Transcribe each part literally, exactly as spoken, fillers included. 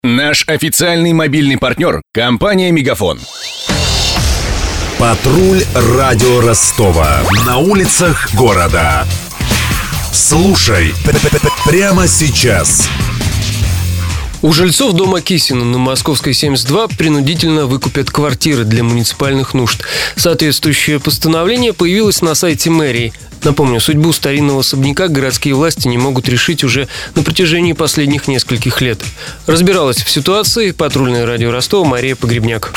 Наш официальный мобильный партнер – компания «Мегафон». Патруль радио Ростова. На улицах города. Слушай прямо сейчас. У жильцов дома Кисина на Московской семьдесят два принудительно выкупят квартиры для муниципальных нужд. Соответствующее постановление появилось на сайте мэрии. Напомню, судьбу старинного особняка городские власти не могут решить уже на протяжении последних нескольких лет. Разбиралась в ситуации патрульное радио Ростова Мария Погребняк.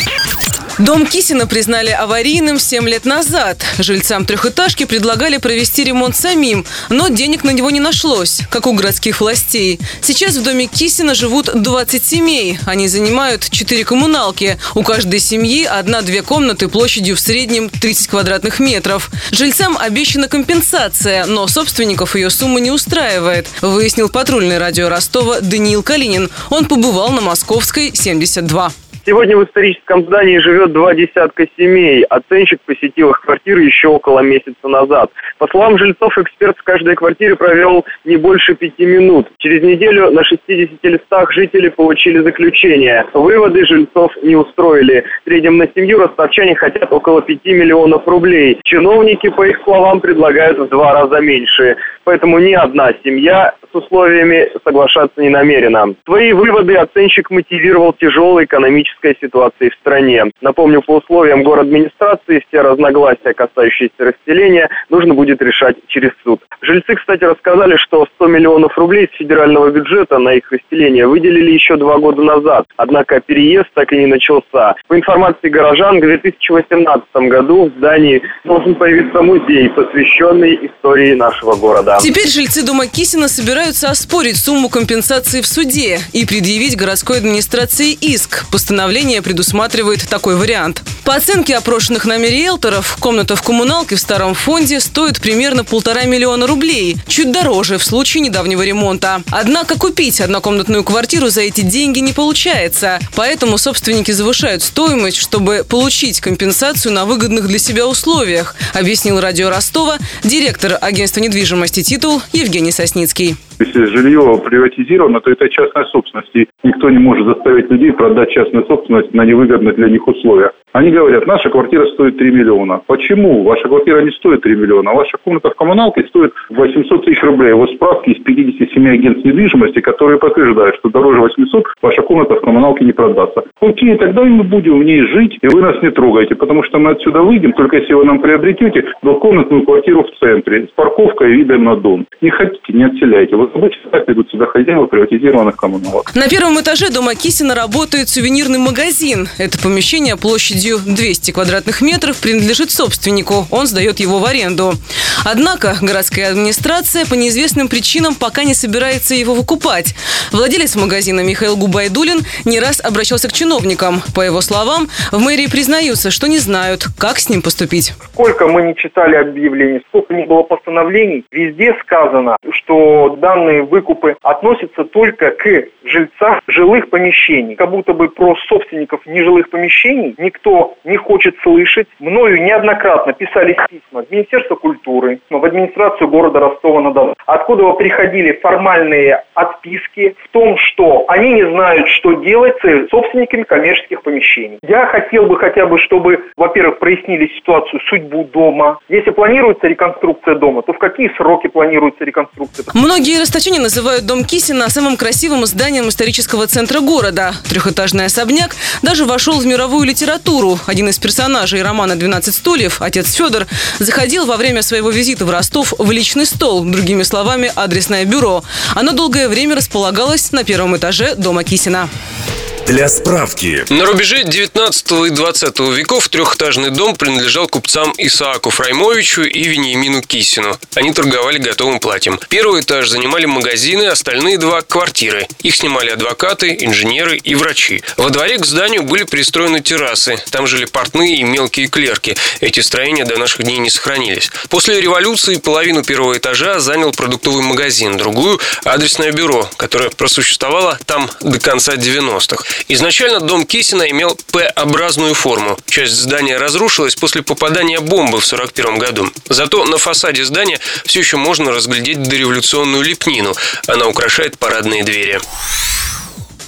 Дом Кисина признали аварийным семь лет назад. Жильцам трехэтажки предлагали провести ремонт самим, но денег на него не нашлось, как у городских властей. Сейчас в доме Кисина живут двадцать семей. Они занимают четыре коммуналки. У каждой семьи одна-две комнаты площадью в среднем тридцать квадратных метров. Жильцам обещана компенсация, но собственников ее сумма не устраивает, выяснил патрульное радио Ростова Даниил Калинин. Он побывал на Московской семьдесят два. Сегодня в историческом здании живет два десятка семей. Оценщик посетил их квартиры еще около месяца назад. По словам жильцов, эксперт в каждой квартире провел не больше пяти минут. Через неделю на шестидесяти листах жители получили заключение. Выводы жильцов не устроили. В среднем на семью ростовчане хотят около пяти миллионов рублей. Чиновники, по их словам, предлагают в два раза меньше. Поэтому ни одна семья с условиями соглашаться не намерена. Свои выводы оценщик мотивировал тяжелой экономической ситуацией в стране. Напомню, по условиям городадминистрации все разногласия, касающиеся расселения, нужно будет решать через суд. Жильцы, кстати, рассказали, что сто миллионов рублей с федерального бюджета на их расселение выделили еще два года назад. Однако переезд так и не начался. По информации горожан, в две тысячи восемнадцатом году в здании должен появиться музей, посвященный истории нашего города. Теперь жильцы дома Кисина собираются оспорить сумму компенсации в суде и предъявить городской администрации иск. Постановление предусматривает такой вариант. По оценке опрошенных нами риэлторов, комната в коммуналке в старом фонде стоит примерно полтора миллиона рублей. Чуть дороже в случае недавнего ремонта. Однако купить однокомнатную квартиру за эти деньги не получается. Поэтому собственники завышают стоимость, чтобы получить компенсацию на выгодных для себя условиях, объяснил радио Ростова директор агентства недвижимости «Титул» Евгений Сосницкий. Если жилье приватизировано, то это частная собственность. И никто не может заставить людей продать частную собственность на невыгодных для них условиях. Они говорят, наша квартира стоит три миллиона. Почему? Ваша квартира не стоит три миллиона. Ваша комната в коммуналке стоит восемьсот тысяч рублей. Вот справки из пятидесяти семи агентств недвижимости, которые подтверждают, что дороже восьмисот ваша комната в коммуналке не продастся. Окей, тогда мы будем в ней жить, и вы нас не трогаете, потому что мы отсюда выйдем, только если вы нам приобретете двухкомнатную квартиру в центре с парковкой и видом на дом. Не хотите, не отселяйте. Вот обычно так ведут себя хозяева приватизированных коммуналок. На первом этаже дома Кисина работает сувенирный магазин. Это помещение площадью двести квадратных метров принадлежит собственнику. Он сдает его в аренду. Однако городская администрация по неизвестным причинам пока не собирается его выкупать. Владелец магазина Михаил Губайдулин не раз обращался к чиновникам. По его словам, в мэрии признаются, что не знают, как с ним поступить. Сколько мы не читали объявлений, сколько не было постановлений, везде сказано, что данные выкупы относятся только к жильцам жилых помещений. Как будто бы про собственников нежилых помещений никто не хочет слышать. Мною неоднократно писались письма в Министерство культуры, в администрацию города Ростова-на-Дону, откуда приходили формальные отписки в том, что они не знают, что делать с собственниками коммерческих помещений. Я хотел бы хотя бы, чтобы, во-первых, прояснили ситуацию, судьбу дома. Если планируется реконструкция дома, то в какие сроки планируется реконструкция? Многие ростовчане называют дом Кисина самым красивым зданием исторического центра города. Трехэтажный особняк даже вошел в мировую литературу. Один из персонажей романа «двенадцать стульев», отец Федор, заходил во время своего визита в Ростов в личный стол, другими словами, адресное бюро. Оно долгое время располагалось на первом этаже дома Кисина. Для справки. На рубеже девятнадцатого и двадцатого веков трехэтажный дом принадлежал купцам Исааку Фраймовичу и Вениамину Кисину. Они торговали готовым платьем. Первый этаж занимали магазины, остальные два – квартиры. Их снимали адвокаты, инженеры и врачи. Во дворе к зданию были пристроены террасы. Там жили портные и мелкие клерки. Эти строения до наших дней не сохранились. После революции половину первого этажа занял продуктовый магазин, другую – адресное бюро, которое просуществовало там до конца девяностых. Изначально дом Кисина имел П-образную форму. Часть здания разрушилась после попадания бомбы в сорок первом году. Зато на фасаде здания все еще можно разглядеть дореволюционную лепнину. Она украшает парадные двери.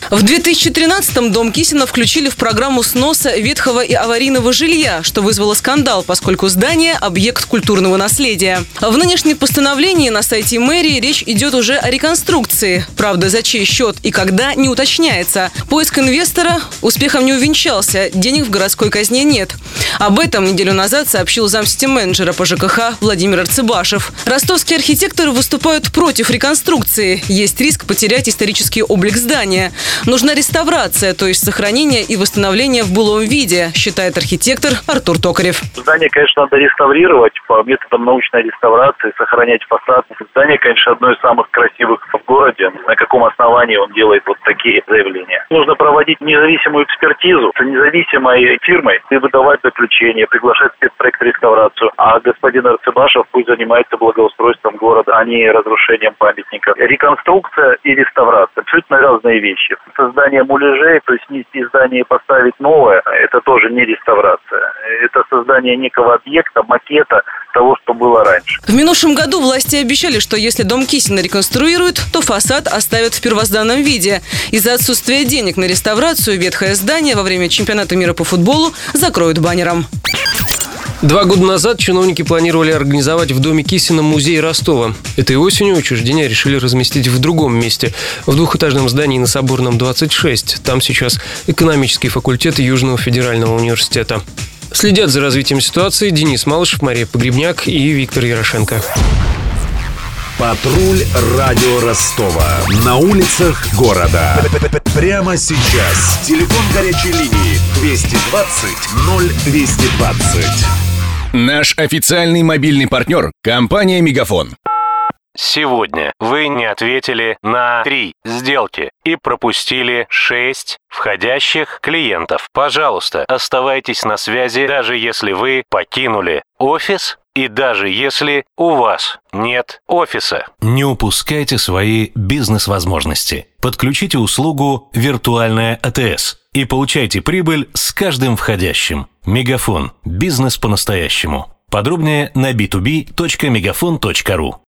В две тысячи тринадцатом дом Кисина включили в программу сноса ветхого и аварийного жилья, что вызвало скандал, поскольку здание – объект культурного наследия. В нынешнем постановлении на сайте мэрии речь идет уже о реконструкции. Правда, за чей счет и когда – не уточняется. Поиск инвестора успехом не увенчался, денег в городской казне нет. Об этом неделю назад сообщил замсити-менеджера по ЖКХ Владимир Арцебашев. Ростовские архитекторы выступают против реконструкции. Есть риск потерять исторический облик здания. Нужна реставрация, то есть сохранение и восстановление в былом виде, считает архитектор Артур Токарев. Здание, конечно, надо реставрировать по методам научной реставрации, сохранять фасад. Здание, конечно, одно из самых красивых в городе. На каком основании он делает вот такие заявления? Нужно проводить независимую экспертизу с независимой фирмой и выдавать заключение, приглашать спецпроект реставрацию. А господин Арцебашев пусть занимается благоустройством города, а не разрушением памятников. Реконструкция и реставрация – абсолютно разные вещи. Создание муляжей, то есть снести здание и поставить новое, это тоже не реставрация. Это создание некого объекта, макета того, что было раньше. В минувшем году власти обещали, что если дом Кисина реконструируют, то фасад оставят в первозданном виде. Из-за отсутствия денег на реставрацию ветхое здание во время чемпионата мира по футболу закроют баннером. Два года назад чиновники планировали организовать в доме Кисина музей Ростова. Этой осенью учреждение решили разместить в другом месте, в двухэтажном здании на Соборном, двадцать шесть. Там сейчас экономический факультет Южного федерального университета. Следят за развитием ситуации Денис Малышев, Мария Погребняк и Виктор Ярошенко. Патруль радио Ростова. На улицах города. Прямо сейчас. Телефон горячей линии двести двадцать ноль двести двадцать. Наш официальный мобильный партнер – компания «Мегафон». Сегодня вы не ответили на три сделки и пропустили шесть входящих клиентов. Пожалуйста, оставайтесь на связи, даже если вы покинули офис и даже если у вас нет офиса. Не упускайте свои бизнес-возможности. Подключите услугу «Виртуальная АТС» и получайте прибыль с каждым входящим. Мегафон. Бизнес по-настоящему. Подробнее на би ту би точка мегафон точка ру.